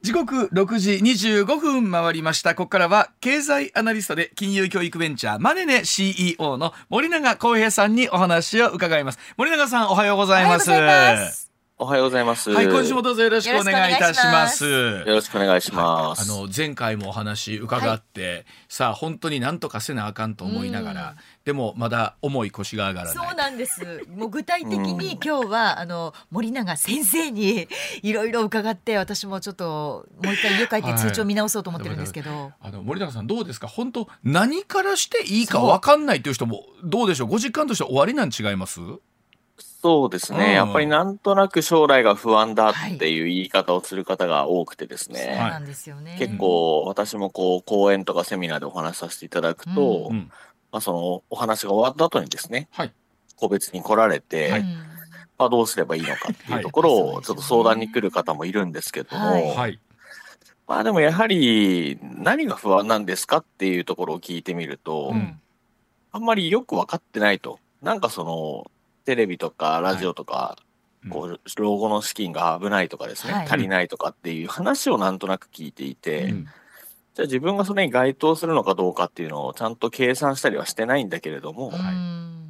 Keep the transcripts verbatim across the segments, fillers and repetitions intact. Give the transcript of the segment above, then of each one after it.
時刻ろくじにじゅうごふん回りました。ここからは経済アナリストで金融教育ベンチャーマネネ シーイーオー の森永康平さんにお話を伺います。森永さん、おはようございます。 おはようございます。 おはようございます。 はい、今週もどうぞよろしくお願いいたします。 よろしくお願いします。 はい、あの前回もお話伺って、はい、さあ本当になんとかせなあかんと思いながら、でもまだ重い腰が上がらない。 そうなんです。もう具体的に今日はあの森永先生にいろいろ伺って、私もちょっともう一回家帰って通帳見直そうと思ってるんですけど、はい、 あの森永さんどうですか。本当何からしていいか分かんないという人もどうでしょう。ご実感として終わりなん違います？ そうですね、うん、やっぱりなんとなく将来が不安だっていう言い方をする方が多くてですね、はい、 そうなんですよね。 結構私もこう講演とかセミナーでお話しさせていただくと、うんまあ、そのお話が終わった後にですね、はい、個別に来られて、はいまあ、どうすればいいのかっていうところをちょっと相談に来る方もいるんですけども、はい、まあでもやはり何が不安なんですかっていうところを聞いてみると、うん、あんまりよく分かってないと。なんかそのテレビとかラジオとか、はい、こう老後の資金が危ないとかですね、はい、足りないとかっていう話をなんとなく聞いていて、うん、じゃあ自分がそれに該当するのかどうかっていうのをちゃんと計算したりはしてないんだけれども、はい、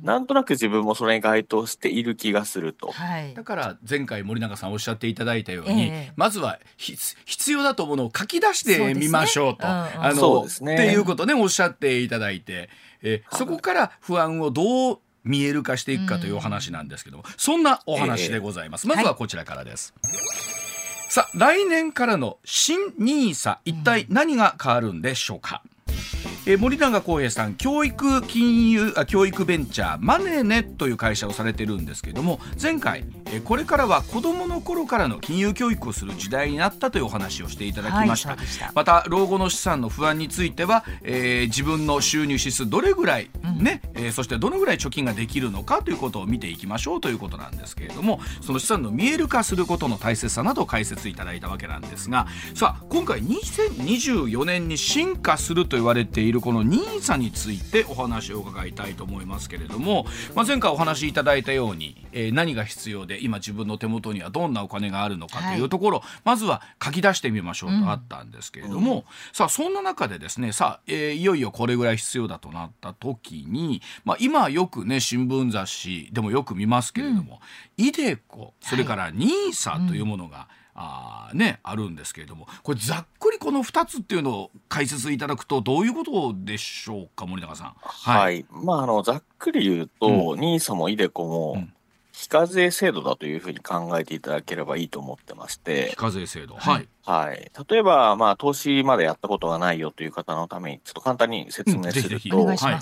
なんとなく自分もそれに該当している気がすると、 はい、だから前回森永さんおっしゃっていただいたように、えー、まずは必要だと思うのを書き出してみましょうと、そうですね、っていうことねおっしゃっていただいて、えー、そこから不安をどう見える化していくかというお話なんですけども、そんなお話でございます。えー、まずはこちらからです。はい、さあ来年からの新ニーサ、一体何が変わるんでしょうか。えー、森永康平さん、教育金融あ教育ベンチャーマネネという会社をされてるんですけども、前回、えー、これからは子どもの頃からの金融教育をする時代になったというお話をしていただきました。はい、した。また老後の資産の不安については、えー、自分の収入指数どれぐらい、ねうんえー、そしてどのぐらい貯金ができるのかということを見ていきましょうということなんですけれども、その資産の見える化することの大切さなどを解説いただいたわけなんですが、さあ今回にせんにじゅうよねんに進化すると言われているこのニーサについてお話を伺いたいと思いますけれども、まあ、前回お話しいただいたように、えー、何が必要で今自分の手元にはどんなお金があるのかというところ、はい、まずは書き出してみましょうとあったんですけれども、うん、さあそんな中でですね、さあ、えー、いよいよこれぐらい必要だとなった時に、まあ、今よくね新聞雑誌でもよく見ますけれども、うん、イデコそれからニーサというものが、はいあ, ね、あるんですけれども、これざっくりこのふたつっていうのを解説いただくとどういうことでしょうか、森永さん。 はい、はい、まあ、あのざっくり言うと、うん、ニーサもイデコも、うん非課税制度だというふうに考えていただければいいと思ってまして、 非課税制度、はい、 はい、例えば、まあ、投資までやったことがないよという方のためにちょっと簡単に説明すると、うん、ぜひぜひお願いします。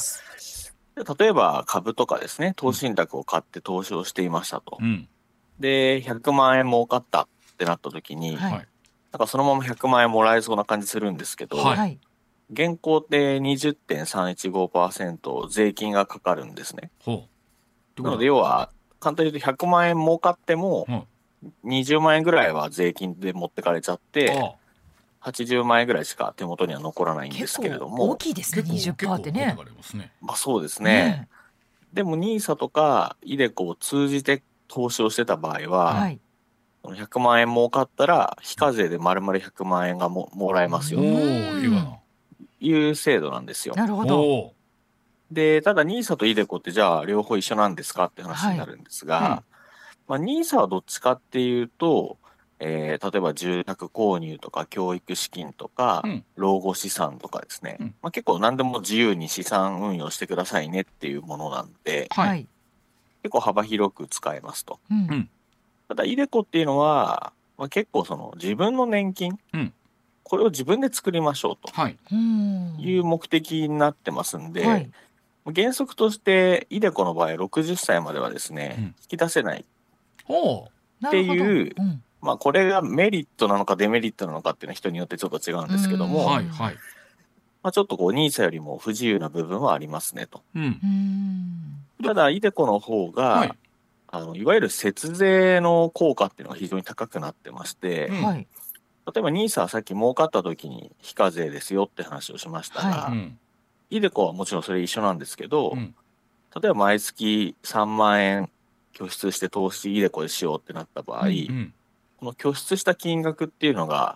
はい、例えば株とかですね、投資信託を買って投資をしていましたと、うん、でひゃくまんえん儲かったってなった時に、はい、なんかそのままひゃくまんえんもらえそうな感じするんですけど、はい、現行って にじゅってんさんいちごパーセント 税金がかかるんですね。ほうなので要は簡単に言うとひゃくまんえん儲かってもにじゅうまんえんぐらいは税金で持ってかれちゃってはちじゅうまんえんぐらいしか手元には残らないんですけれども、 結構大きいですね。 にじゅっパーセント ってね。 まあそうですね。ねでもニーサとかイデコを通じて投資をしてた場合は、はい、ひゃくまんえん儲かったら非課税で丸々ひゃくまんえんが も, もらえますよという制度なんですよ。 なるほど。 でただニーサとイデコってじゃあ両方一緒なんですかって話になるんですが、はいうんまあ、ニーサはどっちかっていうと、えー、例えば住宅購入とか教育資金とか、うん、老後資産とかですね、うんまあ、結構何でも自由に資産運用してくださいねっていうものなんで、はい、結構幅広く使えますと。うんただイデコっていうのは、まあ、結構その自分の年金、うん、これを自分で作りましょうという目的になってますんで、はい、原則としてイデコの場合ろくじゅっさいまではですね、うん、引き出せないっていう、うんまあ、これがメリットなのかデメリットなのかっていうのは人によってちょっと違うんですけども、はいはいまあ、ちょっとこうニーサよりも不自由な部分はありますねと。うん、ただイデコの方が、はいあのいわゆる節税の効果っていうのが非常に高くなってまして、うん、例えばニーサはさっき儲かった時に非課税ですよって話をしましたが、はい、イデコはもちろんそれ一緒なんですけど、うん、例えば毎月さんまんえん拠出して投資イデコでしようってなった場合、うん、この拠出した金額っていうのが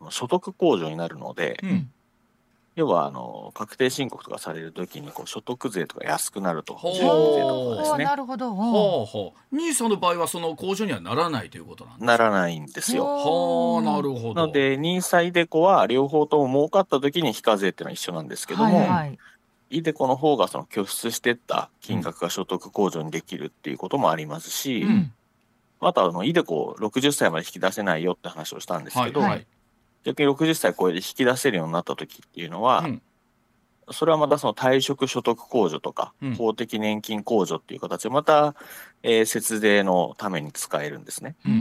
所得控除になるので、 うん、 要はあの確定申告とかされるときにこう所得税とか安くなると、 ほう住民税とかですね。 なるほど。 ほうほう。ニーサの場合はその控除にはならないということなんですか。 ならないんですよ。 はあ、なるほど。 なのでニーサイデコは両方とも儲かったときに非課税っていうのは一緒なんですけども、 はいはい、 イデコの方がその拠出してった金額が所得控除にできるっていうこともありますし、 うん、 あとはあのイデコろくじゅっさいまで引き出せないよって話をしたんですけど、 はいはい、 逆にろくじゅっさい超えて引き出せるようになった時っていうのは、うん、それはまたその退職所得控除とか、うん、公的年金控除っていう形でまた、えー、節税のために使えるんですね。 うん、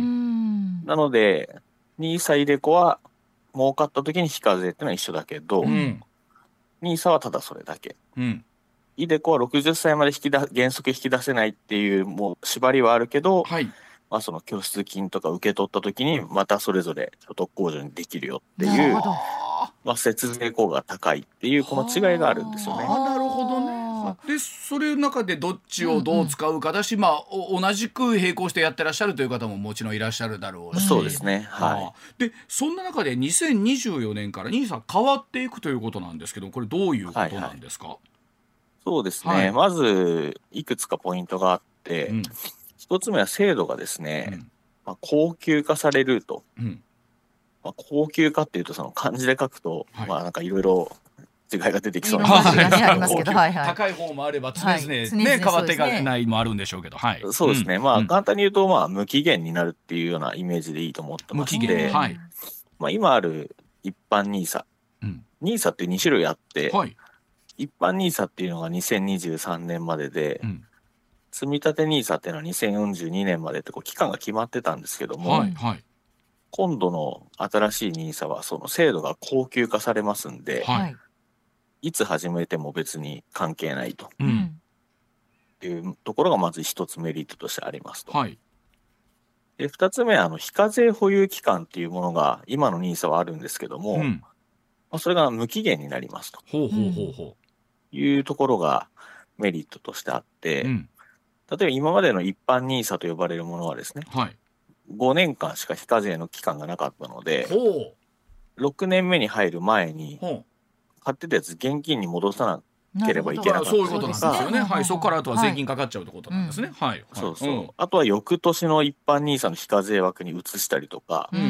なのでニーサイデコは儲かった時に非課税っていうのは一緒だけど、うん、ニーサはただそれだけ。うん、イデコはろくじゅっさいまで引きだ原則引き出せないっていうもう縛りはあるけど、はい、まあ、その拠出金とか受け取った時にまたそれぞれ所得控除にできるよっていう、まあ、節税効果が高いっていうこの違いがあるんですよね。 あ、なるほどね。でそれの中でどっちをどう使うかだし、うんうん、まあ、同じく並行してやってらっしゃるという方ももちろんいらっしゃるだろうし、 そうですね、はい、 でそんな中でにせんにじゅうよねんからニーサ変わっていくということなんですけど、これどういうことなんですか。はいはい、 そうですね、はい、まずいくつかポイントがあって、うん、一つ目は制度がですね、うん、まあ、高級化されると、うん、まあ、高級化っていうとその漢字で書くと、はい、まあなんかいろいろ違いが出てきそうなんですけど、 高い方もあれば常々ね、はい、ね、変わっていかないもあるんでしょうけど、はい、 そうですね、うん、まあ簡単に言うとまあ無期限になるっていうようなイメージでいいと思ってまして、はい、まあ、今ある一般ニーサ、うん、ニーサってに種類あって、はい、一般ニーサっていうのがにせんにじゅうさんねんまでで、うん、積立ニーサっていうのはにせんよんじゅうにねんまでってこう期間が決まってたんですけども、はいはい、今度の新しいニーサはその制度が高級化されますんで、はい、いつ始めても別に関係ないと、うん、っていうところがまず一つメリットとしてありますと。はい、で二つ目はあの非課税保有期間っていうものが今のニーサはあるんですけども、うん、まあ、それが無期限になりますというところがメリットとしてあって、うん、例えば今までの一般ニーサと呼ばれるものはですね、はい、ごねんかんしか非課税の期間がなかったので、ろくねんめに入る前に買ってたやつ現金に戻さなければいけなかった。 そういうことなんですよね。はい、そこからあとは税金かかっちゃうってことなんですね。はい、はい、 そうそう、うん、あとは翌年の一般ニーサの非課税枠に移したりとか、うん、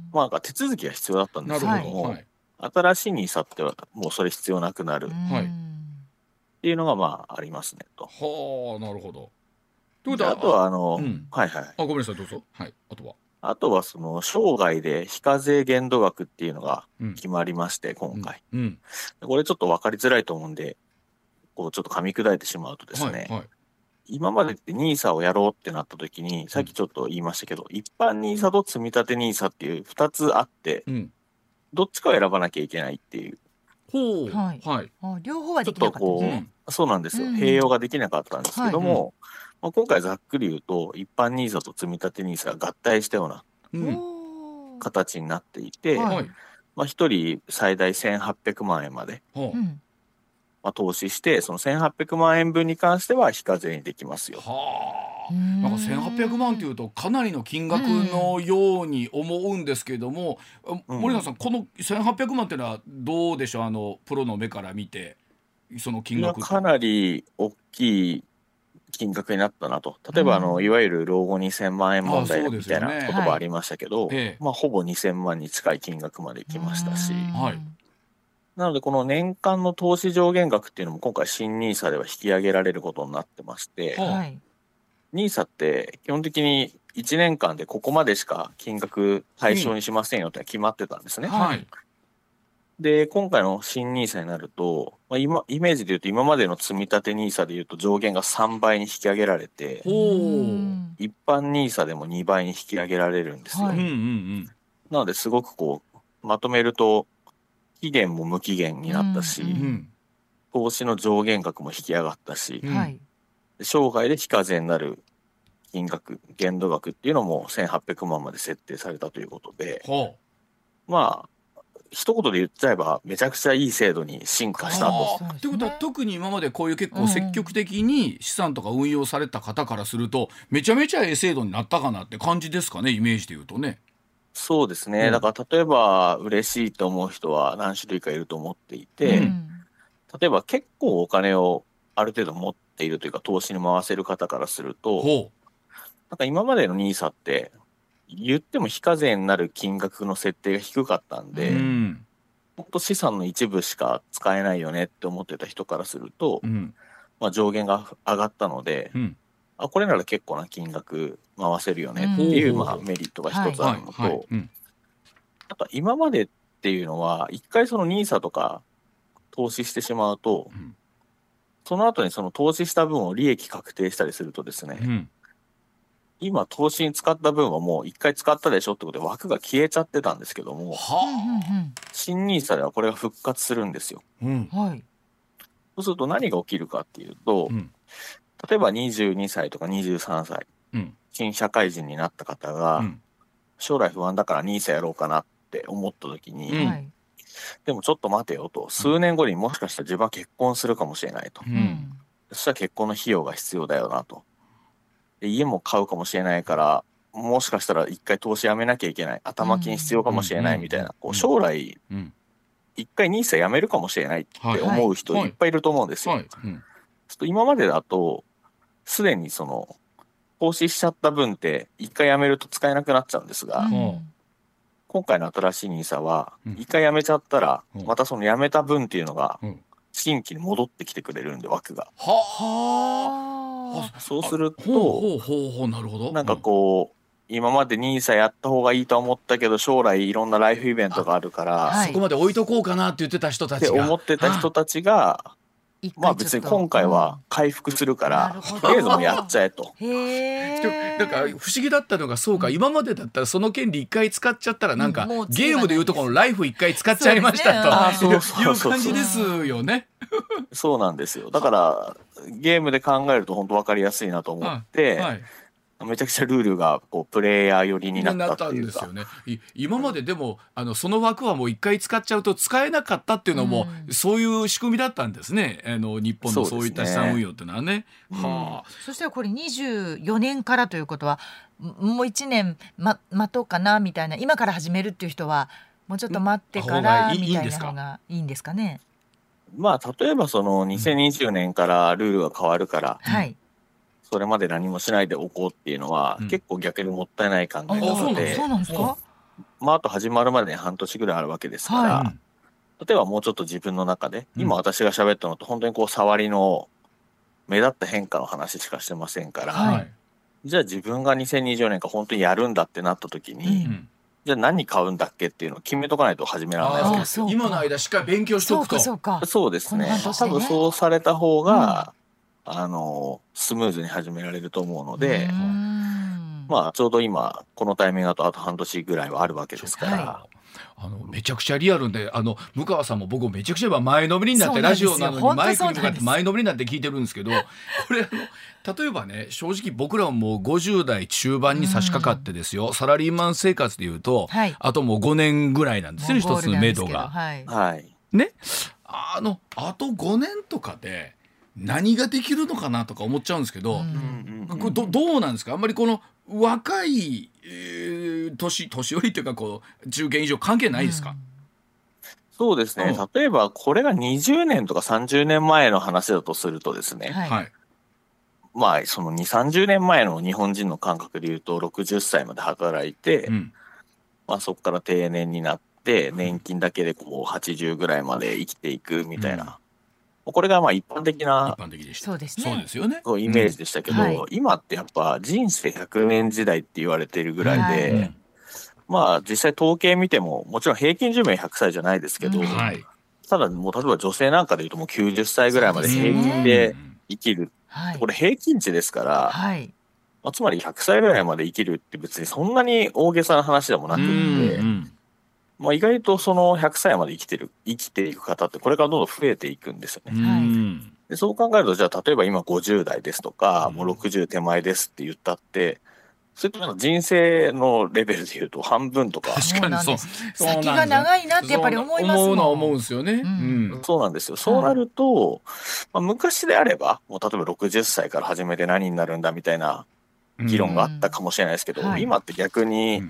まあ手続きが必要だったんですけども、はい、新しいニーサってはもうそれ必要なくなる、はい、っていうのがまあありますねと。 はあ、なるほど。 ということはあとはあの、うん、はいはい。 あ、ごめんなさい、どうぞ。はい、あとは。 あとはその生涯で非課税限度額っていうのが決まりまして、うん、今回、うんうん、これちょっと分かりづらいと思うんでこうちょっと噛み砕いてしまうとですね、はいはい、今までってニーサをやろうってなった時にさっきちょっと言いましたけど、うん、一般ニーサと積立ニーサっていうふたつあって、うん、どっちかを選ばなきゃいけないっていう、 ほう、はいはい、両方はできなかったですね。 ちょっとこう、そうなんですよ、併用ができなかったんですけども、はい、まあ、今回ざっくり言うと一般ニーサと積立ニーサが合体したような、うん、形になっていて、はい、まあ、ひとり最大せんはっぴゃくまんえんまで、はい、まあ、投資してそのせんはっぴゃくまんえんぶんに関しては非課税にできますよ。 はあ、なんかせんはっぴゃくまんというとかなりの金額のように思うんですけれども、うん、森永さん、このせんはっぴゃくまんっていうのはどうでしょう、あのプロの目から見てその金額。 かなり大きい金額になったなと。例えばあの、うん、いわゆる老後にせんまんえん問題みたいな言葉ありましたけど、ね、まあ、ほぼにせんまんに近い金額まで来ましたし、はい、なのでこの年間の投資上限額っていうのも今回新ニーサでは引き上げられることになってまして、はい、ニーサって基本的にいちねんかんでここまでしか金額対象にしませんよって決まってたんですね。はい、で今回の新ニーサになると、まあ、今イメージで言うと今までの積立ニーサで言うと上限がさんばいに引き上げられて、一般ニーサでもにばいに引き上げられるんですよ。はい、なのですごくこうまとめると期限も無期限になったし、うんうん、投資の上限額も引き上がったし、うん、生涯で非課税になる金額限度額っていうのもせんはっぴゃくまんまで設定されたということで、はあ、まあ一言で言っちゃえばめちゃくちゃいい制度に進化したと。 ということは特に今までこういう結構積極的に資産とか運用された方からするとめちゃめちゃええ制度になったかなって感じですかね、イメージで言うとね。 そうですね、 うんだから例えば嬉しいと思う人は何種類かいると思っていて、 うん例えば結構お金をある程度持っているというか投資に回せる方からすると、 ほなんか今までのニーサって言っても非課税になる金額の設定が低かったんう。 で、 ううんん。 本当資産の一部しか使えないよねって思ってた人からすると、 うん。 まあ、上限が上がったので、 うん。 あ、これなら結構な金額回せるよねってうんいう、 ほうほうまあ、メリットが一つあはいるのと、 はい。うん。 あとは今までっていうのは、一回そのニーサとか投資してしまうと、 うんその後にその投資した分を利益確定したりするとですね、 うん。 今投資に使った分はもう一回使ったでしょってことで枠が消えちゃってたんですけども、 うんは新ニーサではこれが復活するんですよ。 あ。うん。 うんはいそうすると何が起きるかっていうと、 うん。 例えばにじゅうにさいとかにじゅうさんさい、 うん。 新社会人になった方うが、 ん。 将来不安だからニーサやろうかなって思った時に、 うんはいでもちょっと待てよと、数年後にもしかしたら自分は結婚するかもしれないと。 う。 うんんそしたら結婚の費用が必要だよなと。で家も買うかもしれないから、もしかしたら一回投資やめなきゃいけない。頭金必要かもしれないみたいな。こうんう将来、 うん。 一回ニーサやめるかもしれないってはい思う人はいいっぱいいると思うんですよ。 はい。うん。 ちょっと今までだと、すでにその、投資しちゃった分って一回やめると使えなくなっちゃうんですが、 うん今回の新しいニーサはうん、 一回やめちゃったらうん、 またそのやめた分っていうのがうん、 新規に戻ってきてくれるんで、枠が。 ははあそうするあ。ほうと、 ほうほうほう、なるほど。 なんかこう、今までニーサやった方がいいと思ったけど、将来いろんなライフイベントがあるから、 はいそこまで置いとこうかなって言ってた人たってちが。 思ってた人たちが、 一回まあ別に今回は回復するかうんならる、ほどとりあえずもうやっちゃえと。 へえでなんか不思議だったのが、そうか、今までだったらその権利一回使っちゃったらなんか、 うんもう次はゲームでいうとこのライフ一回使っちゃいましたと、 そうですねいうあそうそうそうそう感じですよね。 そうなんですよ。だから、ゲームで考えると本当分かりやすいなと思って、 はい。 めちゃくちゃルールがこうプレイヤー寄りになったっていうかんですよ。ね。い今まででもあのその枠はもう一回使っちゃうと使えなかったっていうのも、 うんそういう仕組みだったんですね。あの日本のそうですねそういった資産運用っていうのはね。 うんはあ。 そしたらこれにじゅうよねんからということはもういちねん、ま、待とうかなみたいな、今から始めるっていう人はもうちょっと待ってかうんら方がいいみたいいいんですかな方がいいんですかね。 まあ例えばそのにせんにじゅうねんからルールが変わるから、 はい。 それまで何もしないでおこうっていうのは、 うん結構逆にもったいない考えあなのでそうなんです、 そうなんですか。 まああと始まるまでに半年ぐらいあるわけですから、 はうん例えばもうちょっと自分の中で、 うん今私が喋ったのと本当にこう触りの目立った変化の話しかしてませんから、 はいはい。 じゃあ自分がにせんにじゅうねんから本当にやるんだってなった時に、 ううんんじゃあ何買うんだっけっていうのを決めとかないと始められないわけあですそうか今の間しっかり勉強しそうとくと。 かそうか。 そうですねこの半年でね多分そうされた方が、あのスムーズに始められると思うので、 うーんまあちょうど今このタイミングだとあと半年ぐらいはあるわけですから、 はあのめちゃくちゃリアルで、あの向川さんも僕もめちゃくちゃ今前のめりになって、ラそうなんですよジオなのに本当マイクに向かそうなんですって前のめりになって聞いてるんですけど、これあの例えばね、正直僕らももうごじゅう代中盤に差し掛かってですよ、サラリーマン生活でいうと、 はいあともうごねんぐらいなんですね、 もうゴー一つのルなんですけど目処が。 はい。 はい。 ね、あのあとごねんとかで何ができるのかなとか思っちゃうんですけど、 うんこれどどうなんですか。あんまりこの若い、えー年年寄りというかこう中堅以上関係ないですか。 そうですね、 う例えばこれがにじゅうねんとかさんじゅうねんまえの話だとするとですね、 はい。 はい。 まあそのに、さんじゅうねんまえの日本人の感覚で言うとろくじゅっさいまで働いて、 うんまあ、そこから定年になって年金だけでこうはちじゅうぐらいまで生きていくみたいな、これがまあ一般的一な般的でした。 そうですねそうですよね。 こうイメージでしたけど、 うんはい今ってやっぱ人生ひゃくねん時代って言われているぐらいで、 はいうんまあ実際統計見てももちろん平均寿命ひゃくさいじゃないですけど、 うんはい。 ただもう例えば女性なんかで言うともうきゅうじゅっさいぐらいまで平そうですね均で生きる、 はい。 これ平均値ですから、 はい。 まあ、つまりひゃくさいぐらいまで生きるって別にそんなに大げさな話でもなくって、 うんまあ、意外とそのひゃくさいまで生きてる生きていく方ってこれからどんどん増えていくんですよね。 うんうんでそう考えるとじゃあ例えば今ごじゅう代ですとか、 うんもうろくじゅう手前ですって言ったってそれとなんか人生のレベルで言うと半分とか確かにそう。 そうなんです先が長いなってやっぱり思いますもん思うのは思うんですよね。 ううんん。 そうなんですよ。そうなると、まあ、昔であればもう例えばろくじゅっさいから始めて何になるんだみたいな議論があったかもしれないですけど、 うんはい今って逆に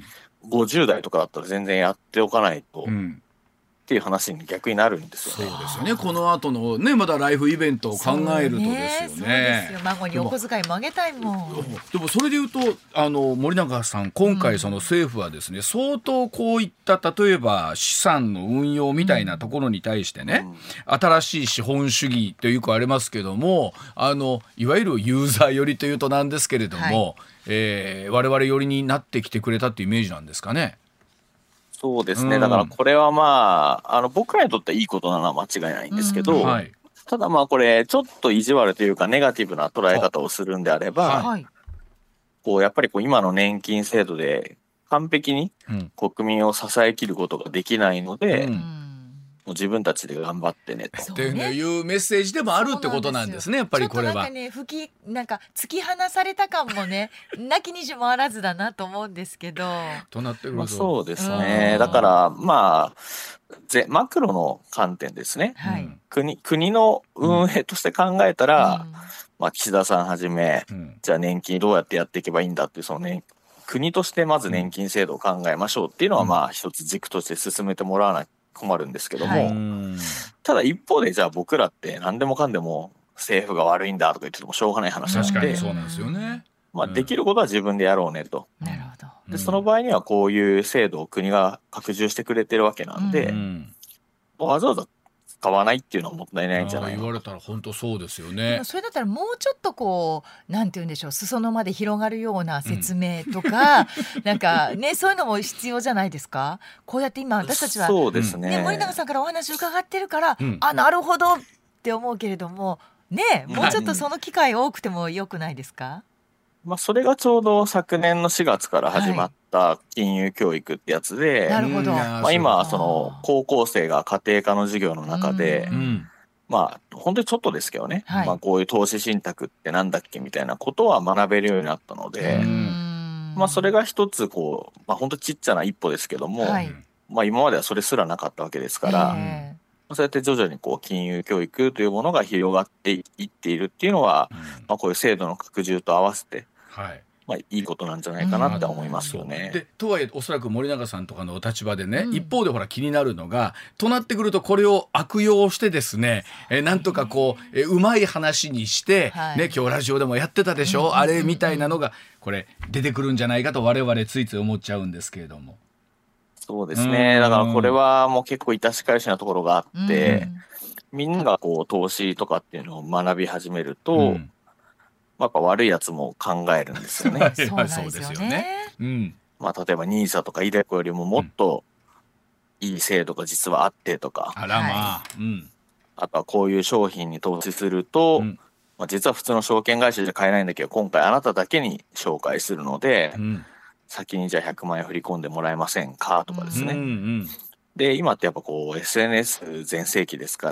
ごじゅう代とかだったら全然やっておかないと、 うんっていう話に逆になるんですよね。 そうですよね。この後のねまだライフイベントを考えるとですよね。 そうですよ。孫にお小遣いもあげたいもん。 でもそれでいうとあの森永さん今回その政府はですね、うん、相当こういった例えば資産の運用みたいなところに対してね、うん、新しい資本主義というかありますけどもあのいわゆるユーザー寄りというとなんですけれども、はい、えー、我々寄りになってきてくれたっていうイメージなんですかね。 そうですね、うん、だからこれはまあ、あの僕らにとってはいいことなのは間違いないんですけど、うん、はい、ただまあこれちょっと意地悪というかネガティブな捉え方をするんであれば、はい、こうやっぱりこう今の年金制度で完璧に国民を支えきることができないので、うん、もう自分たちで頑張ってねとっていうメッセージでもあるってことなんですね。やっぱりこれはちょっとなんかね吹きなんか突き放された感もねなきにしもあらずだなと思うんですけどとなってくると、 まあ、そうですね。だからまあぜマクロの観点ですね、はい、国, 国の運営として考えたら、うん、まあ、岸田さんはじめ、うん、じゃあ年金どうやってやっていけばいいんだっていうその、ね、国としてまず年金制度を考えましょうっていうのは、まあ一つ軸として進めてもらわない困るんですけども、はい、ただ一方でじゃあ僕らって何でもかんでも政府が悪いんだとか言っててもしょうがない話なので、 確かにそうなんですよね。 まあ、できることは自分でやろうねと、 うん、なるほど。 でその場合にはこういう制度を国が拡充してくれてるわけなんで、うん、わざわざ使わないっていうのはもったいないんじゃないのか。 言われたら本当そうですよね。 でもそれだったらもうちょっとこうなんて言うんでしょう裾野まで広がるような説明とか、うん、なんかねそういうのも必要じゃないですか。こうやって今私たちはそうですね、 ね森永さんからお話伺ってるから、うん、あなるほどって思うけれどもねもうちょっとその機会多くてもよくないですか。 まあ、それがちょうど昨年のしがつから始まった金融教育ってやつで、はい、 なるほど。 まあ、今その高校生が家庭科の授業の中で、うん、まあ本当にちょっとですけどね、はい、まあ、こういう投資信託ってなんだっけみたいなことは学べるようになったので、まあ、それが一つこう、まあ、本当ちっちゃな一歩ですけども、はい、まあ、今まではそれすらなかったわけですから、そうやって徐々にこう金融教育というものが広がっていっているっていうのは、うん、まあ、こういう制度の拡充と合わせて、はい、まあ、いいことなんじゃないかなって思いますよね。 うん、でとはいえおそらく森永さんとかのお立場でね、うん、一方でほら気になるのがとなってくるとこれを悪用してですねえなんとかこうえうまい話にして、はい、ね、今日ラジオでもやってたでしょ、うん、あれみたいなのがこれ出てくるんじゃないかと我々ついつい思っちゃうんですけれども。 そうですね。だからこれはもう結構致し返しなところがあって、みんながこう投資とかっていうのを学び始めると、うん、やっぱ悪いやつも考えるんですよね。 そうですよね。 うん、まあ例えばニーサとかイデコよりももっといい制度が実はあってとか、 あらまあ、うん、 あとはこういう商品に投資すると、うん、まあ、実は普通の証券会社じゃ買えないんだけど今回あなただけに紹介するので、うん、先にじゃあひゃくまんえん振り込んでもらえませんかとかですね、うんうんうん、で今ってやっぱこう エスエヌエス 全盛期ですから、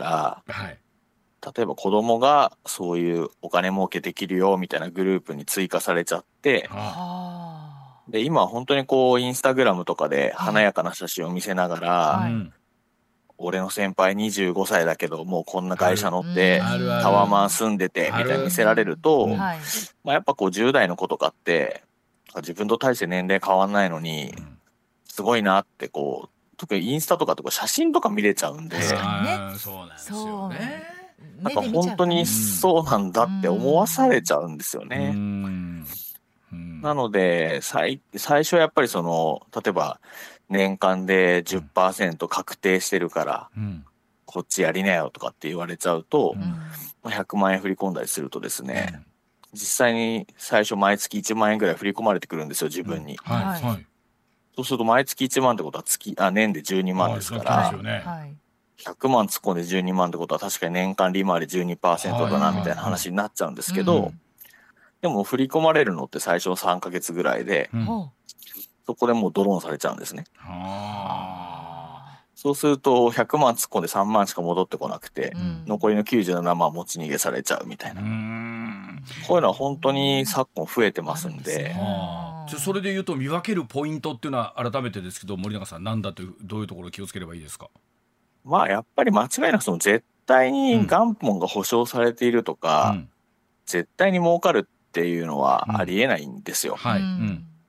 はい、例えば子供がそういうお金儲けできるよみたいなグループに追加されちゃって、はあ、で今本当にこうインスタグラムとかで華やかな写真を見せながら、はい、俺の先輩にじゅうごさいだけどもうこんな会社乗ってタワマン住んでてみたいに見せられると、まあ、やっぱこうじゅう代の子とかって自分と大して年齢変わんないのにすごいなってこう特にインスタとかとか写真とか見れちゃうんで、 確かにね、 そうなんですよね。 なんか本当にそうなんだって思わされちゃうんですよね。 うんうん、 なので 最, 最初はやっぱりその例えば年間で じゅっパーセント 確定してるから、うん、こっちやりなよとかって言われちゃうと、うん、ひゃくまんえん振り込んだりするとですね、うん、実際に最初毎月いちまんえんぐらい振り込まれてくるんですよ自分に、 うん、はいはい、 そうすると毎月いちまんってことは月あ年でじゅうにまんですから、 はい、ね、 ひゃくまん突っ込んでじゅうにまんってことは確かに年間利回り じゅうにパーセント だなみたいな話になっちゃうんですけど、でも振り込まれるのって最初のさんかげつぐらいで、うん、そこでもうドローンされちゃうんですね。そうするとひゃくまん突っ込んでさんまんしか戻ってこなくて、うん、残りのきゅうじゅうななまん持ち逃げされちゃうみたいな、うーん、こういうのは本当に昨今増えてますんで、 それでいうと見分けるポイントっていうのは改めてですけど森永さん何だというどういうところを気をつければいいですか。 まあやっぱり間違いなくその絶対に元本が保証されているとか、うん、絶対に儲かるっていうのはありえないんですよ、 うん、はい、うん、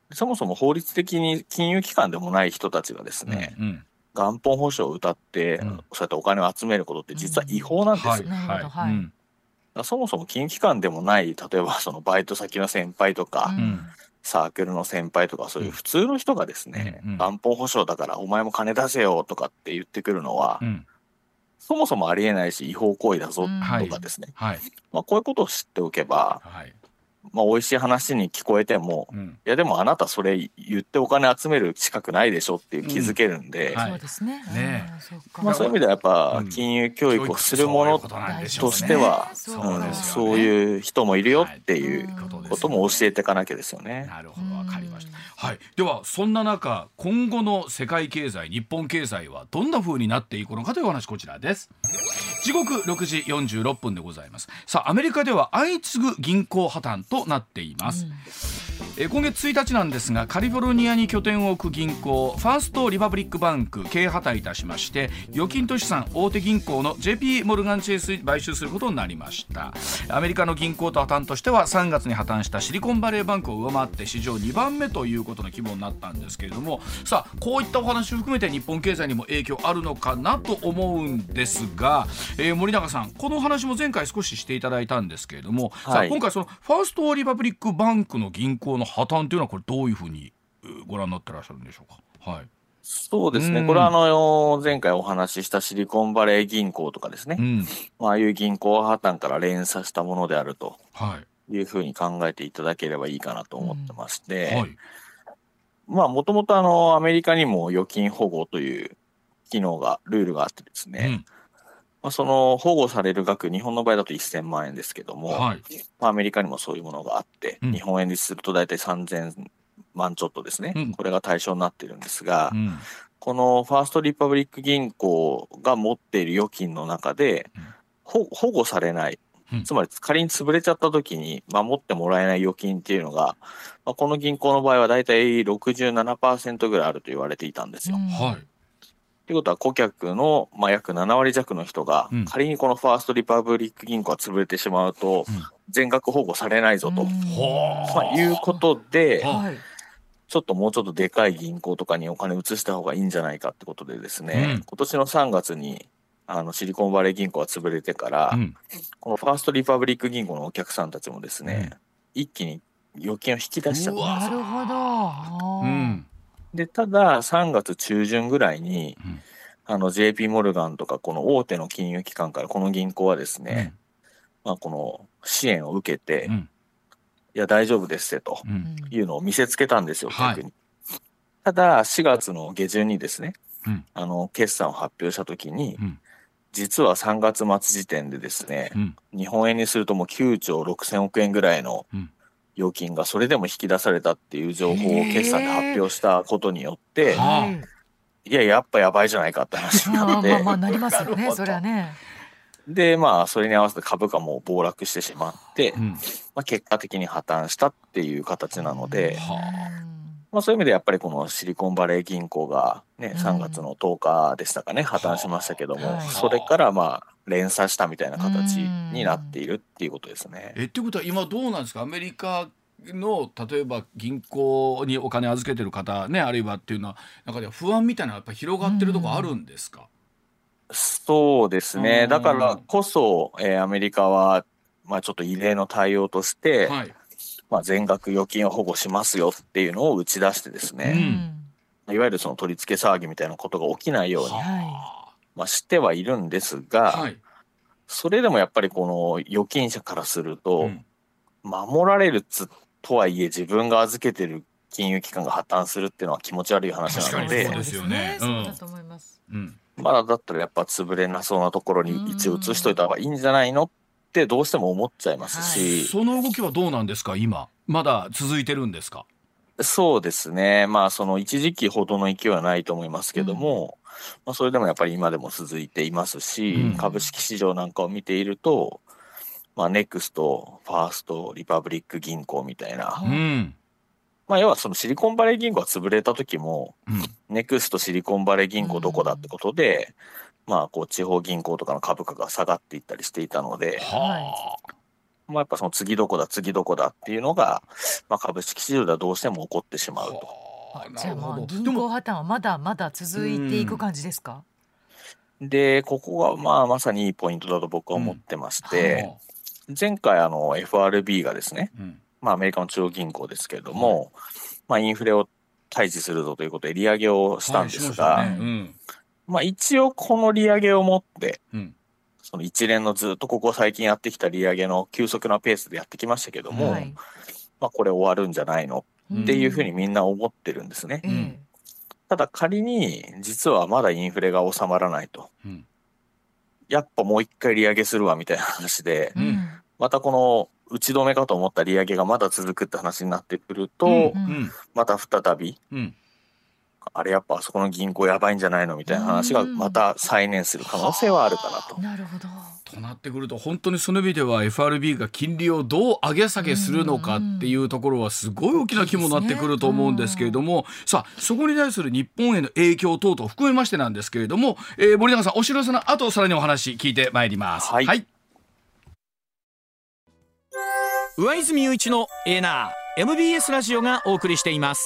そもそも法律的に金融機関でもない人たちがですね、うんうん、元本保証を謳って、うん、そうやってお金を集めることって実は違法なんですよ。そもそも金融機関でもない例えばそのバイト先の先輩とか、うん、サークルの先輩とかそういう普通の人がですね、うんうん、元本保証だからお前も金出せよとかって言ってくるのは、うん、そもそもありえないし違法行為だぞとかですね、うんはいまあ、こういうことを知っておけば、はいまあ、美味しい話に聞こえても、うん、いやでもあなたそれ言ってお金集める資格ないでしょっていう気づけるんで、 そうですね。 ねまあ、そういう意味ではやっぱ金融教育をするものとしては、そういう人もいるよっていうことも教えていかなきゃですよね。 なるほど、わかりました。はい、ではそんな中今後の世界経済日本経済はどんな風になっていくのかというお話こちらです。時刻ろくじよんじゅうろっぷんでございます。さあアメリカでは相次ぐ銀行破綻となっています、うんえ今月ついたちなんですがカリフォルニアに拠点を置く銀行ファーストリパブリックバンク経営破綻いたしまして預金と資産大手銀行の ジェーピー モルガンチェイスに買収することになりました。アメリカの銀行と破綻としてはさんがつに破綻したシリコンバレーバンクを上回って史上にばんめということの規模になったんですけれども、さあこういったお話を含めて日本経済にも影響あるのかなと思うんですが、えー、森永さんこの話も前回少ししていただいたんですけれども、はい、さあ今回そのファーストリパブリックバンクの銀行の破綻というのはこれどういうふうにご覧になってらっしゃるんでしょうか。はい、 そうですね、これはあの前回お話ししたシリコンバレー銀行とかですね、うん、ああいう銀行破綻から連鎖したものであるというふうに考えていただければいいかなと思ってまして、うんはい、まあもともとあのアメリカにも預金保護という機能がルールがあってですね、うんまあ、その保護される額日本の場合だとせんまんえんですけども、はいまあ、アメリカにもそういうものがあって、うん、日本円にすると大体さんぜんまんちょっとですね、うん、これが対象になっているんですが、うん、このファーストリパブリック銀行が持っている預金の中で、うん、保護されない、うん、つまり仮に潰れちゃった時に守ってもらえない預金っていうのが、まあ、この銀行の場合は大体 ろくじゅうななパーセント ぐらいあると言われていたんですよ。うんはいということは顧客の、まあ、約ななわり弱の人が、うん、仮にこのファーストリパブリック銀行が潰れてしまうと、うん、全額保護されないぞと、まあ、いうことで、ちょっともうちょっとでかい銀行とかにお金移した方がいいんじゃないかってことでですね、うん、今年のさんがつにあのシリコンバレー銀行が潰れてから、うん、このファーストリパブリック銀行のお客さんたちもですね、うん、一気に預金を引き出しちゃったんですよ。 なるほど、うんでたださんがつ中旬ぐらいに、うん、あの ジェーピー モルガンとかこの大手の金融機関からこの銀行はですね、うんまあ、この支援を受けて、うん、いや大丈夫ですというのを見せつけたんですよ、うん、逆に、はい、ただしがつの下旬にですね、うん、あの決算を発表した時に、うん、実はさんがつ末時点でですね、うん、日本円にするともうきゅうちょうろくせんおくえんぐらいの、うん預金がそれでも引き出されたっていう情報を決算で発表したことによって、いややっぱやばいじゃないかって話になってまあまあなりますよねそれはね。 でまあそれに合わせて株価も暴落してしまって、うんまあ、結果的に破綻したっていう形なので、まあ、そういう意味でやっぱりこのシリコンバレー銀行が、ね、さんがつのとおかでしたかね破綻しましたけども、それからまあ連鎖したみたいな形になっているっていうことですね。 えっていうことは今どうなんですかアメリカの例えば銀行にお金預けてる方ねあるいはっていうのは中では不安みたいなのやっぱり広がってるところあるんですか。 そうですねだからこそ、えー、アメリカは、まあ、ちょっと異例の対応として、はいまあ、全額預金を保護しますよっていうのを打ち出してですね、うん、いわゆるその取り付け騒ぎみたいなことが起きないように、はいまあ、してはいるんですが、はい、それでもやっぱりこの預金者からすると、うん、守られるつとはいえ自分が預けてる金融機関が破綻するっていうのは気持ち悪い話なので、 そうですよね、うん、そうだと思います、 うん、まだだったらやっぱ潰れなそうなところに一応移しといた方がいいんじゃないのってどうしても思っちゃいますし、 はい、その動きはどうなんですか今まだ続いてるんですか。 そうですねまあその一時期ほどの勢いはないと思いますけども、うんまあ、それでもやっぱり今でも続いていますし、うん、株式市場なんかを見ていると、まあ、ネクスト、ファースト、リパブリック銀行みたいな、うんまあ、要はそのシリコンバレー銀行が潰れた時も、うん、ネクストシリコンバレー銀行どこだってことで、うんまあ、こう地方銀行とかの株価が下がっていったりしていたので、はあまあ、やっぱその次どこだ次どこだっていうのが、まあ、株式市場ではどうしても起こってしまうと。 じゃあまあ銀行破綻はまだまだ続いていく感じですか？ でここがまあまさにいいポイントだと僕は思ってまして、うん、前回あの エフアールビー がですね、うん、まあ、アメリカの中央銀行ですけれども、うん、まあ、インフレを退治するぞということで利上げをしたんですが、はい、ね、うん、まあ、一応この利上げをもって、うん、その一連のずっとここ最近やってきた利上げの急速なペースでやってきましたけども、はい、まあ、これ終わるんじゃないのっていうふうにみんな思ってるんですね。うん、ただ仮に実はまだインフレが収まらないと、うん、やっぱもう一回利上げするわみたいな話で、うん、またこの打ち止めかと思った利上げがまだ続くって話になってくると、うんうん、また再び、うん、あれやっぱあそこの銀行やばいんじゃないのみたいな話がまた再燃する可能性はあるかなと。 なるほど。 となってくると本当にその意味では エフアールビー が金利をどう上げ下げするのかっていうところはすごい大きな規模になってくると思うんですけれども、さあそこに対する日本への影響等々含めましてなんですけれども、えー、森永さんお知らせの後さらにお話聞いてまいります。はい、はい、 上泉雄一のエーナー エムビーエス ラジオがお送りしています。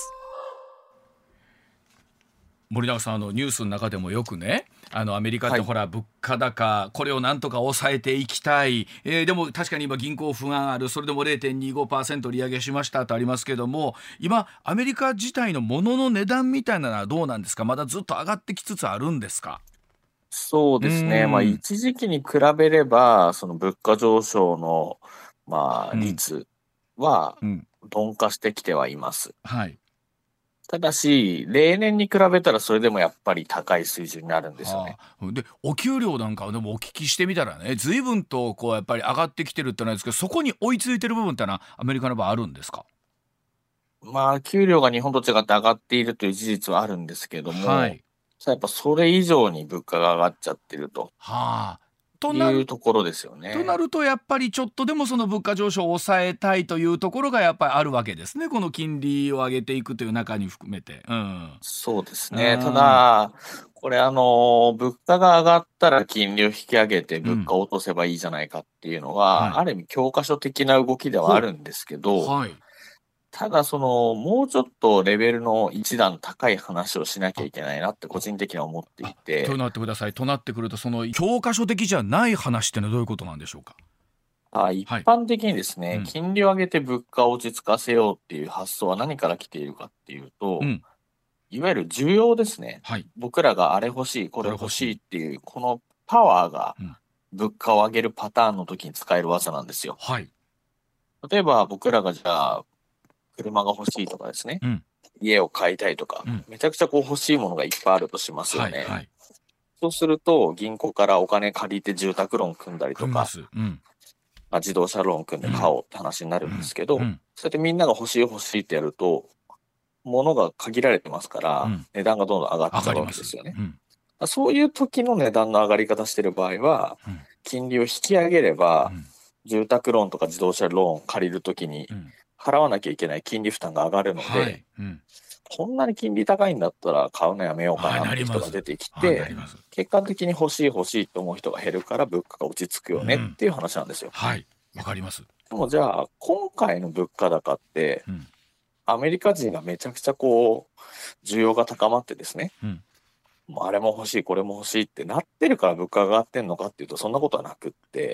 森永さん、あのニュースの中でもよくね、あのアメリカってほら、はい、物価高これをなんとか抑えていきたい、えー、でも確かに今銀行不安ある、それでも ゼロてんにごパーセント 利上げしましたとありますけども、今アメリカ自体の物の値段みたいなのはどうなんですか？まだずっと上がってきつつあるんですか？ そうですね、まあ、一時期に比べればその物価上昇の、まあ、率は鈍化してきてはいます、うんうん、はい。ただし例年に比べたらそれでもやっぱり高い水準になるんですよね。 はあ、でお給料なんかはでもお聞きしてみたらね、随分とこうやっぱり上がってきてるってなんですけど、そこに追いついてる部分ってのはアメリカの場合あるんですか？ まあ給料が日本と違って上がっているという事実はあるんですけども、はい、やっぱそれ以上に物価が上がっちゃってると。はあ、というところですよね。 となるとやっぱりちょっとでもその物価上昇を抑えたいというところがやっぱりあるわけですね、この金利を上げていくという中に含めて、うん、 そうですね。ただこれあの物価が上がったら金利を引き上げて物価を落とせばいいじゃないかっていうのは、うん、はい、ある意味教科書的な動きではあるんですけど、はい、ただそのもうちょっとレベルの一段高い話をしなきゃいけないなって個人的には思っていて。 となってください。となってくるとその教科書的じゃない話ってのはどういうことなんでしょうか？ あ、一般的にですね、はい、うん、金利を上げて物価を落ち着かせようっていう発想は何から来ているかっていうと、うん、いわゆる需要ですね、はい、僕らがあれ欲しいこれ欲しいっていうこのパワーが物価を上げるパターンの時に使える技なんですよ。はい、例えば僕らがじゃあ車が欲しいとかですね、うん、家を買いたいとか、うん、めちゃくちゃこう欲しいものがいっぱいあるとしますよね。はいはい、そうすると銀行からお金借りて住宅ローン組んだりとか、うん、まあ、自動車ローン組んで買おうって話になるんですけど、うんうん、そうやってみんなが欲しい欲しいってやると物が限られてますから、うん、値段がどんどん上がっていくわけですよね。うん、そういう時の値段の上がり方してる場合は、うん、金利を引き上げれば、うん、住宅ローンとか自動車ローン借りる時に、うん払わなきゃいけない金利負担が上がるので、はい、うん、こんなに金利高いんだったら買うのやめようかなって人が出てきて、結果的に欲しい欲しいと思う人が減るから物価が落ち着くよねっていう話なんですよ。 うん、はい、わかります。 でもじゃあ今回の物価高って、うん、アメリカ人がめちゃくちゃこう需要が高まってですね、うん、もうあれも欲しいこれも欲しいってなってるから物価が上がってんのかっていうとそんなことはなくって、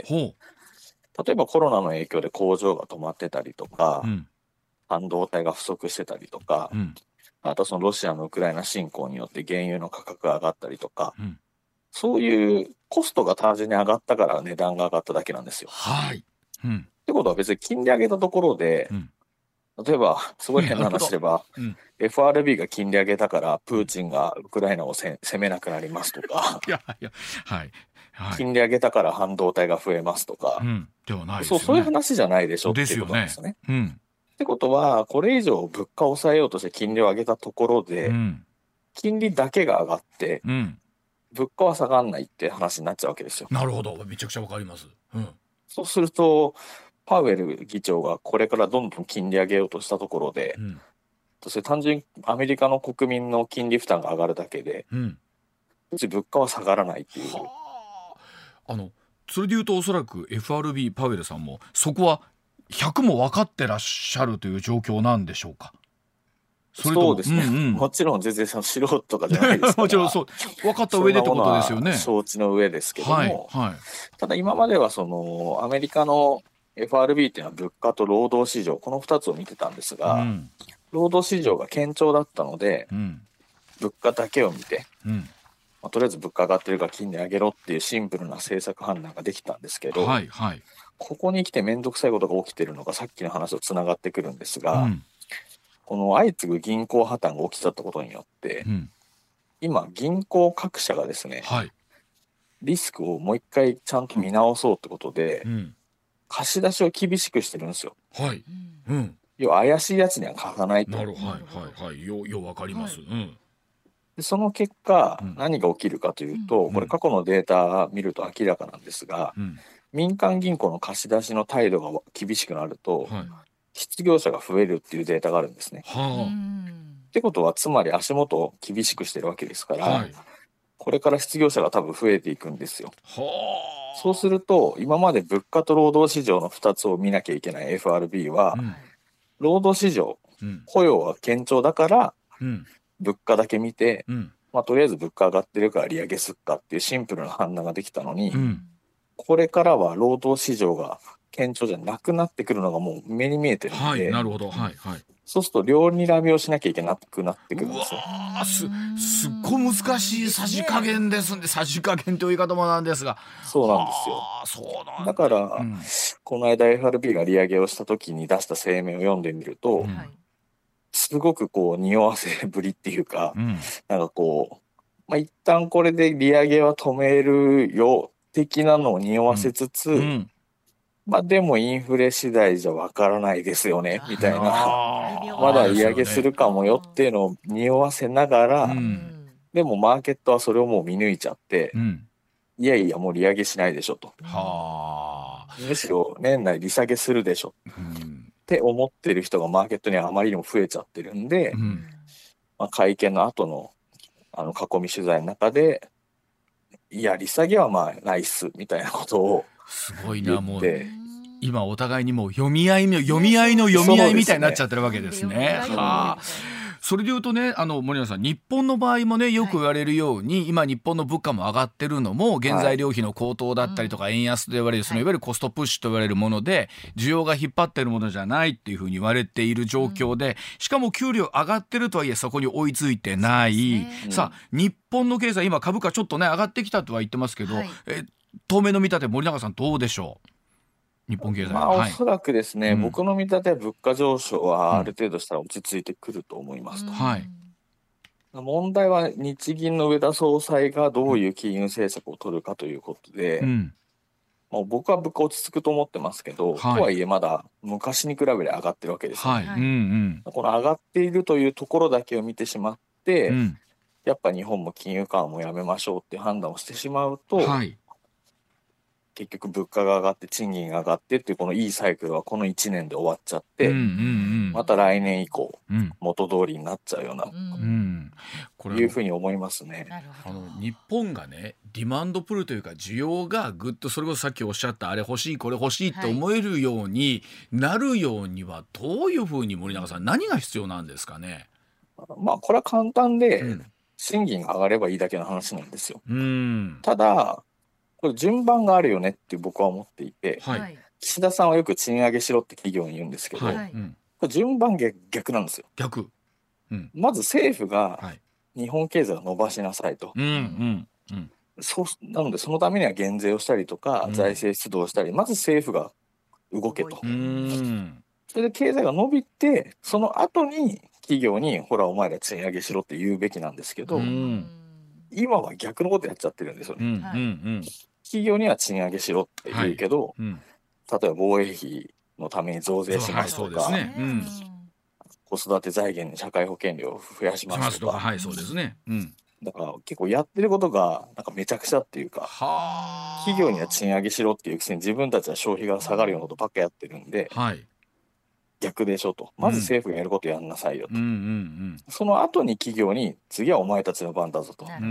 ほう例えばコロナの影響で工場が止まってたりとか、うん、半導体が不足してたりとか、うん、あとそのロシアのウクライナ侵攻によって原油の価格が上がったりとか、うん、そういうコストが単純に上がったから値段が上がっただけなんですよ。はい、うん、ってことは別に金利上げたところで、うん、例えばすごい変な話でば、うん、エフアールビー が金利上げたからプーチンがウクライナをせ攻めなくなりますとかいやいや、はいはい、金利上げたから半導体が増えますとか、うん、ではないですよね。そう、そういう話じゃないでしょっていうことなんですよね。うん、ってことはこれ以上物価を抑えようとして金利を上げたところで、うん、金利だけが上がって、うん、物価は下がらないって話になっちゃうわけですよ。 なるほど、めちゃくちゃわかります。うん、 そうするとパウエル議長がこれからどんどん金利上げようとしたところで、うん、そして単純にアメリカの国民の金利負担が上がるだけで、うん、物価は下がらないっていう。 あのそれでいうとおそらく エフアールビー パウエルさんもそこはひゃくも分かってらっしゃるという状況なんでしょうか。 それともそうですね、うんうん、もちろん全然その素人とかじゃないですからもちろんそう分かった上でってことですよね。 承知の上ですけども、 はいはい、 ただ今まではそのアメリカの エフアールビー っていうのは物価と労働市場このふたつを見てたんですが、うん、労働市場が堅調だったので、うん、物価だけを見て、うんまあ、とりあえず物価上がってるから金利上げろっていうシンプルな政策判断ができたんですけど、はいはい、ここに来て面倒くさいことが起きてるのがさっきの話とつながってくるんですが、うん、この相次ぐ銀行破綻が起きちゃったことによって、うん、今銀行各社がですね、はい、リスクをもう一回ちゃんと見直そうってことで、うん、貸し出しを厳しくしてるんですよ。はいうん、要は怪しいやつには貸さないと。 なるほど、はいはいはい、よよわかります。はいうんでその結果、うん、何が起きるかというと、うん、これ過去のデータ見ると明らかなんですが、うん、民間銀行の貸し出しの態度が厳しくなると、はい、失業者が増えるっていうデータがあるんですね。はあ、ってことはつまり足元を厳しくしてるわけですから、はい、これから失業者が多分増えていくんですよ。はあ、そうすると今まで物価と労働市場のふたつを見なきゃいけない エフアールビー は、うん、労働市場、うん、雇用は堅調だから、うん物価だけ見て、うんまあ、とりあえず物価上がってるから利上げすっかっていうシンプルな判断ができたのに、うん、これからは労働市場が堅調じゃなくなってくるのがもう目に見えてるので、 はい、なるほど、はいはい、 そうすると両睨みをしなきゃいけなくなってくるんですよ。 うわすすっごい難しいさじ加減ですんで、さじ加減という言い方もなんですが、 そうなんですよ。そうなんだ、だから、うん、この間 エフアールビー が利上げをした時に出した声明を読んでみると、うんすごくこう匂わせぶりっていうか、うん、なんかこう、まあ、一旦これで利上げは止めるよ的なのを匂わせつつ、うんうん、まあでもインフレ次第じゃわからないですよねみたいなまだ利上げするかもよっていうのを匂わせながら、うん、でもマーケットはそれをもう見抜いちゃって、うん、いやいやもう利上げしないでしょと、はむしろ年内利下げするでしょ、うんって思ってる人がマーケットにはあまりにも増えちゃってるんで、うんまあ、会見の後のあの囲み取材の中でいや利下げはまあないっすみたいなことをすごいなもう今お互いにもう読み合いの読み合いの読み合いみたいになっちゃってるわけですね。はあそれでいうとねあの森永さん日本の場合もねよく言われるように、はい、今日本の物価も上がってるのも原材料費の高騰だったりとか、はい、円安と言われるそのいわゆるコストプッシュと言われるもので需要が引っ張ってるものじゃないっていうふうに言われている状況で、うん、しかも給料上がってるとはいえそこに追いついてない、ね、さあ日本の経済今株価ちょっとね上がってきたとは言ってますけど、はい、え当面の見立て森永さんどうでしょう日本経済、 まあ、おそらくですね、はい、僕の見立ては物価上昇はある程度したら落ち着いてくると思いますと、うんはい、問題は日銀の植田総裁がどういう金融政策を取るかということで、うんまあ、僕は物価落ち着くと思ってますけど、はい、とはいえまだ昔に比べて上がってるわけですよね、はいうんうん、この上がっているというところだけを見てしまって、うん、やっぱ日本も金融緩和もやめましょうっていう判断をしてしまうと、はい結局物価が上がって賃金が上がってっていうこのいいサイクルはこのいちねんで終わっちゃって、うんうんうん、また来年以降、うん、元通りになっちゃうような、うん、これいうふうに思いますね。 あの日本がねディマンドプルというか需要がぐっとそれこそさっきおっしゃったあれ欲しいこれ欲しいって思えるようになるようにはどういうふうに森永さん何が必要なんですかね。 まあこれは簡単で、うん、賃金が上がればいいだけの話なんですよ。うん、ただこれ順番があるよねって僕は思っていて、はい、岸田さんはよく賃上げしろって企業に言うんですけど、はいうん、これ順番逆、逆なんですよ。 逆、うん、 まず政府が日本経済を伸ばしなさいと、はいうんうん、そうなのでそのためには減税をしたりとか、うん、財政出動したりまず政府が動けと、うん、それで経済が伸びてその後に企業にほらお前ら賃上げしろって言うべきなんですけど、うん、今は逆のことやっちゃってるんですよね、うんうんうん企業には賃上げしろって言うけど、はいうん、例えば防衛費のために増税しますとか、はいねうん、子育て財源に社会保険料を増やしますとか、はいそうですねうん、だから結構やってることがなんかめちゃくちゃっていうか企業には賃上げしろっていうくせに自分たちは消費が下がるようなことばっかやってるんで、はい、 逆でしょと。まず政府がやることやんなさいよと。 うんうんうん、 その後に企業に次はお前たちの番だぞと。 うん、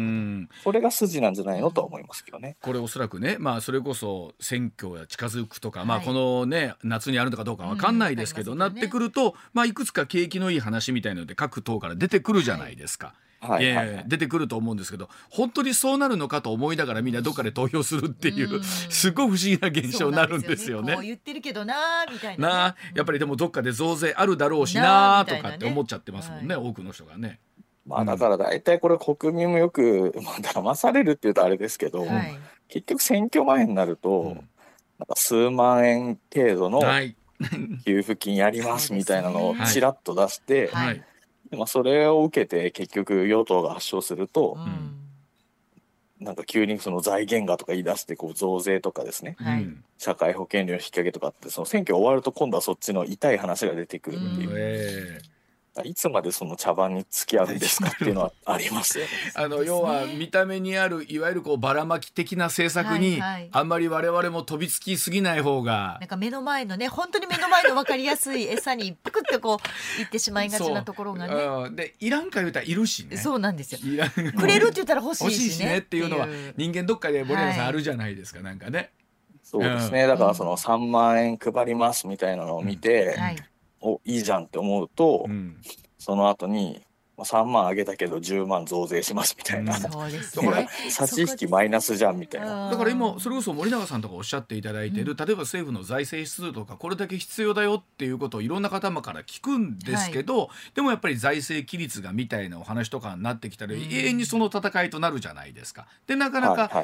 これが筋なんじゃないのとは思いますけどね。 これおそらくね、まあ、それこそ選挙や近づくとか、はい、まあ、この、ね、夏にあるのかどうか分かんないですけど、うん、なってくると、まあ、いくつか景気のいい話みたいなので各党から出てくるじゃないですか。はいはいはいはい、出てくると思うんですけど、本当にそうなるのかと思いながらみんなどっかで投票するっていう、うん、すごい不思議な現象になるんですよね。 こう言ってるけどなみたいな、ね、 なやっぱりでもどっかで増税あるだろうしなとかって思っちゃってますもんね、はい、多くの人がね。 まあ、だから大体これ国民もよく、まあ、騙されるっていうとあれですけど、はい、結局選挙前になると、うん、なんか数万円程度の給付金やりますみたいなのをちらっと出して、はいはい、まあ、それを受けて結局与党が圧勝すると、うん、なんか急にその財源がとか言い出してこう増税とかですね、はい、社会保険料の引き上げとかって、その選挙終わると今度はそっちの痛い話が出てくるっていう、うん、えーいつまでその茶番に付き合うんですかっていうのはありますよね。 あの要は見た目にあるいわゆるこうばらまき的な政策に、はいはい、あんまり我々も飛びつきすぎない方が、 なんか目の前のね、本当に目の前の分かりやすい餌にピクってこういってしまいがちなところがね。 でいらんか言うたらいるしね。 そうなんですよ。くれるって言ったら欲しいし ね, 欲しいしねっていうのは人間どっかで森永さんあるじゃないですか、はい、なんかね。 そうですね、だからそのさんまんえん配りますみたいなのを見て、うん、はい、おいいじゃんって思うと、うん、その後にさんまんあげたけどじゅうまん増税しますみたいな、うん、そうですね、差し引きマイナスじゃんみたいな。 だから今それこそ森永さんとかおっしゃっていただいている、うん、例えば政府の財政出動とかこれだけ必要だよっていうことをいろんな方から聞くんですけど、はい、でもやっぱり財政規律がみたいなお話とかになってきたら、うん、永遠にその戦いとなるじゃないですか。でなかなか、はいはい、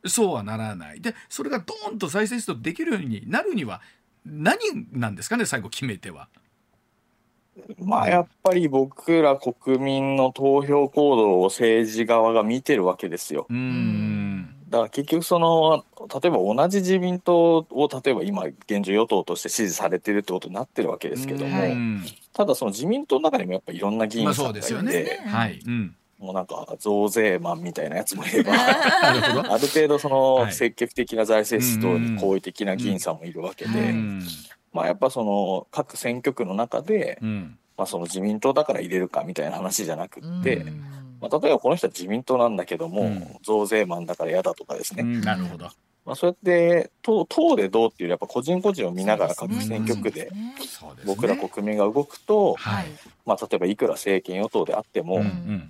そうはならない。でそれがドーンと財政出動できるようになるには何なんですかね、最後決め手は。 まあやっぱり僕ら国民の投票行動を政治側が見てるわけですよ。うん、だから結局その例えば同じ自民党を例えば今現状与党として支持されてるってことになってるわけですけども、ただその自民党の中にもやっぱいろんな議員さんがいて、まあそうですよね、はい、うん、もうなんか増税マンみたいなやつもいればある程度その積極的な財政出動に好意的な議員さんもいるわけで、まあやっぱその各選挙区の中で、うん、まあその自民党だから入れるかみたいな話じゃなくって、うん、まあ、例えばこの人は自民党なんだけども、うん、増税マンだから嫌だとかですね、うん、なるほど、まあ、そうやって党、党でどうっていうやっぱ個人個人を見ながら各選挙区で僕ら国民が動くと、はい、まあ、例えばいくら政権与党であっても、うんうん、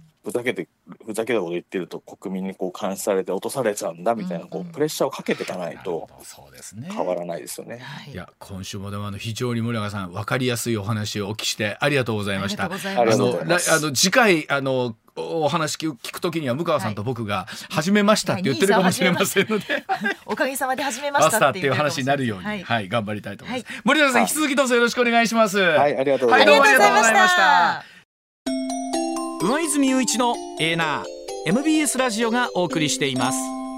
ふざけてふざけたこと言ってると国民にこう監視されて落とされちゃうんだみたいな、こうプレッシャーをかけていかないと変わらないですよね。 いや今週もでもあの非常に森永さん分かりやすいお話をお聞きしてありがとうございました。あの次回あのお話聞くときには向川さんと僕が始めましたって言ってるかもしれませんので、はい、 おかげさまで始めましたっていう話になるように、はいはい、頑張りたいと思います、はい、森永さん引き続きどうぞよろしくお願いします。 はい、ありがとうございました、 はい、ありがとうございました。 上泉雄一のエーナー エムビーエス ラジオがお送りしています。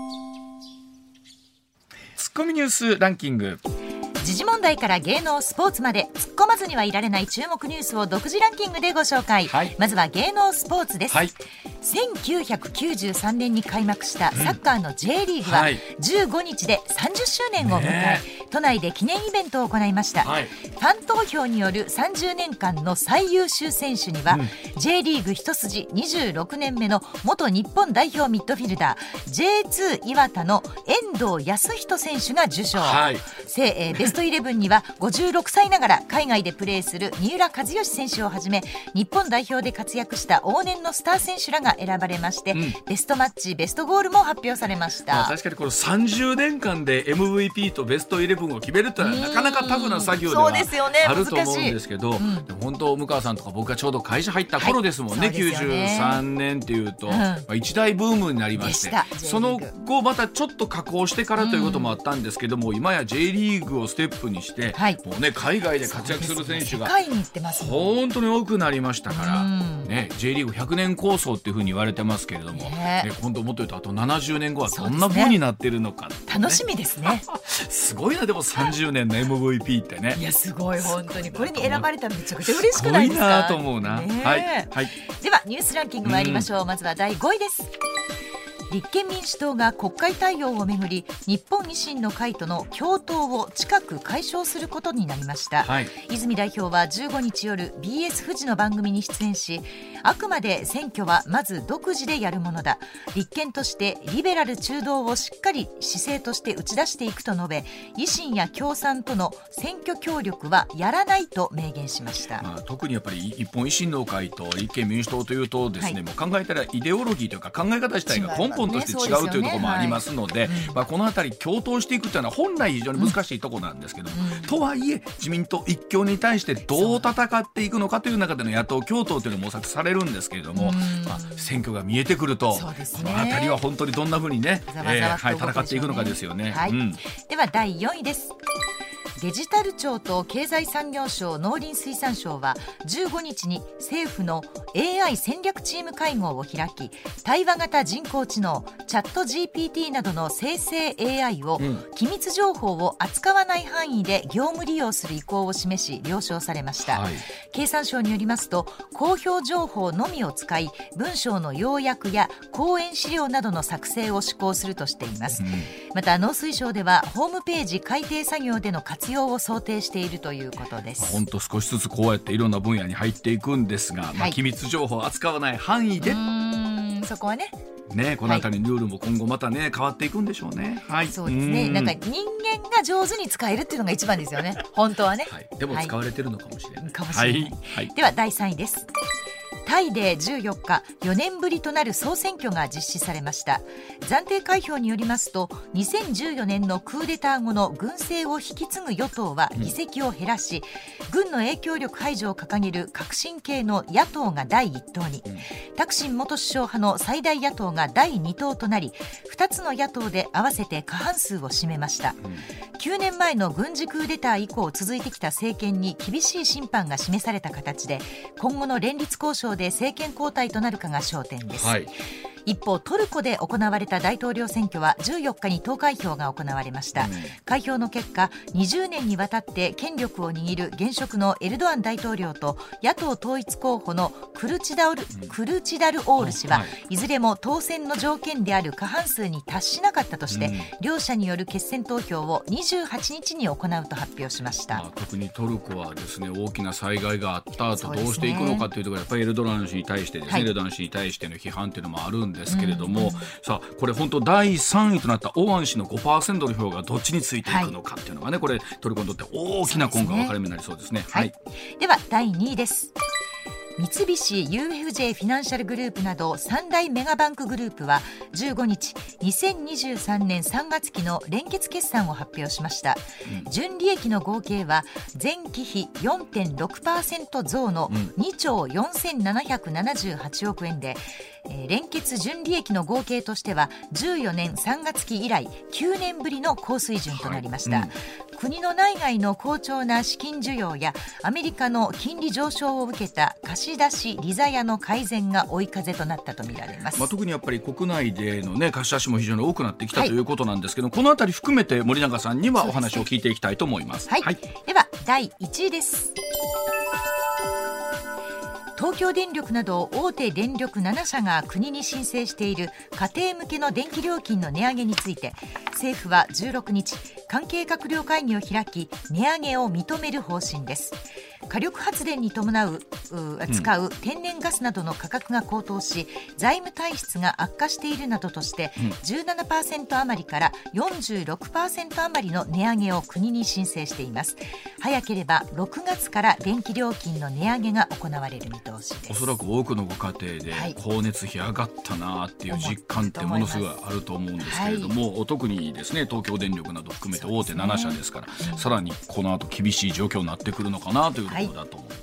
ツッコミニュースランキング。 時事問題から芸能スポーツまで突っ込まずにはいられない注目ニュースを独自ランキングでご紹介、はい、まずは芸能スポーツです、はい、せんきゅうひゃくきゅうじゅうさんねんに開幕したサッカーの J リーグはじゅうごにちでさんじゅっしゅうねんを迎え、ね、都内で記念イベントを行いました、はい、ファン投票によるさんじゅうねんかんの最優秀選手には、うん、J リーグ一筋にじゅうろくねんめの元日本代表ミッドフィルダー ジェイツー 磐田の遠藤康人選手が受賞、はい、えー、ベストイレブンにはごじゅうろくさいながら海外でプレーする三浦知良選手をはじめ日本代表で活躍した往年のスター選手らが選ばれまして、うん、ベストマッチベストゴールも発表されました、 まあ、確かにこのさんじゅうねんかんで エムブイピー とベストイレブンを決めるってのはなかなかタフな作業ではあると思うんですけど、うん、でも本当向川さんとか僕がちょうど会社入った頃ですもんね、はい、きゅうじゅうさんねんっていうと、うん、まあ、一大ブームになりまして、その後またちょっと加工してからということもあったんですけども、うん、今や J リーグをステップにして、はい、もうね、海外で活躍する選手が本当に多くなりましたから、ね、J リーグひゃくねん構想っていうふうに言われてますけれども、ねね、今度もっと言うとあとななじゅうねんごはどんな風になってるのか、ね、 楽しみですねすごいな。でもさんじゅうねんの エムブイピー ってね、 いやすごい、本当にこれに選ばれたらめちゃくちゃ嬉しくないですか。 すごいなと思うな、ね、はいはい、 ではニュースランキング参りましょう、うん、まずはだいごいです。 立憲民主党が国会対応をめぐり日本維新の会との共闘を近く解消することになりました、はい、泉代表はじゅうごにち夜 ビーエス フジの番組に出演し、あくまで選挙はまず独自でやるものだ、立憲としてリベラル中道をしっかり姿勢として打ち出していくと述べ、維新や共産との選挙協力はやらないと明言しました。 まあ、特にやっぱり日本維新の会と立憲民主党というとですね、はい、もう考えたらイデオロギーというか考え方自体が根本として違うというところもありますので、まあ、このあたり共闘していくというのは本来非常に難しいところなんですけども、うん、とはいえ自民党一強に対してどう戦っていくのかという中での野党共闘というのも模索されるんですけれども、うんまあ、選挙が見えてくると、そうですね、このあたりは本当にどんなふうにね、ざわざわえーはい、戦っていくのかですよね、 はいうん、 ではだいよんいです。デジタル庁と経済産業省、農林水産省はじゅうごにちに政府の エーアイ 戦略チーム会合を開き、対話型人工知能チャット ジーピーティー などの生成 エーアイ を機密情報を扱わない範囲で業務利用する意向を示し了承されました、はい、経産省によりますと、公表情報のみを使い文章の要約や講演資料などの作成を施行するとしています、うん、また農水省ではホームページ改訂作業での活用を想定しているということです。 本当少しずつこうやっていろんな分野に入っていくんですが、はいまあ、機密情報を扱わない範囲で、うーんそこはねね、このあたりのルールも今後またね変わっていくんでしょうね、はい、 そうですね、なんか人間が上手に使えるっていうのが一番ですよね本当はね、 はい、でも使われてるのかもしれない、 はい、かもしれない、はいはい、ではだいさんいです。タイでじゅうよっかよねんぶりとなる総選挙が実施されました。暫定開票によりますと、にせんじゅうよねんのクーデター後の軍政を引き継ぐ与党は議席を減らし、軍の影響力排除を掲げる革新系の野党がだいいっ党に、タクシン元首相派の最大野党がだいに党となり、ふたつの野党で合わせて過半数を占めました。きゅうねんまえの軍事クーデター以降続いてきた政権に厳しい審判が示された形で、今後の連立交渉で政権交代となるかが焦点です、はい、一方トルコで行われた大統領選挙はじゅうよっかに投開票が行われました、うん、開票の結果にじゅうねんにわたって権力を握る現職のエルドアン大統領と野党統一候補のクルチダル、うん、クルチダルオール氏は、はい、いずれも当選の条件である過半数に達しなかったとして、うん、両者による決選投票をにじゅうはちにちに行うと発表しました、まあ、特にトルコはですね、大きな災害があった後どうしていくのかというところ、やっぱりエルドアン氏に対してですね、はい、エルドアン氏に対しての批判というのもあるんですけれども、うんうん、さあこれ本当だいさんいとなったオアン氏の ごパーセント の票がどっちについていくのかっていうのがね、はい、これトルコにとって大きな今後分かれ目になりそうですね。 はいはい、ではだいにいです。三菱 ユーエフジェー フィナンシャルグループなど三大メガバンクグループはじゅうごにちにせんにじゅうさんねんさんがつ期の連結決算を発表しました、うん、純利益の合計は前期比 よんてんろくパーセント 増のにちょうよんせんななひゃくななじゅうはちおくえんで、えー、連結純利益の合計としてはじゅうよねんさんがつ期以来きゅうねんぶりの高水準となりました、はいうん、国の内外の好調な資金需要やアメリカの金利上昇を受けた貸し出し利ざやの改善が追い風となったとみられます、 まあ、特にやっぱり国内での、ね、貸し出しも非常に多くなってきた、はい、ということなんですけど、このあたり含めて森永さんにはお話を聞いていきたいと思います。 はいはい、ではだいいちいです。東京電力など大手電力ななしゃが国に申請している家庭向けの電気料金の値上げについて、政府はじゅうろくにち関係閣僚会議を開き値上げを認める方針です。火力発電に伴う、う使う天然ガスなどの価格が高騰し、財務体質が悪化しているなどとして、うん、じゅうななパーセント 余りからよんじゅうろくパーセント 余りの値上げを国に申請しています。早ければろくがつから電気料金の値上げが行われる見通しです。 おそらく多くのご家庭で光熱費上がったなっていう実感ってものすごいあると思うんですけれども、はい、特にですね東京電力など含めて大手ななしゃですから、ね、さらにこの後厳しい状況になってくるのかなというところだと思うんです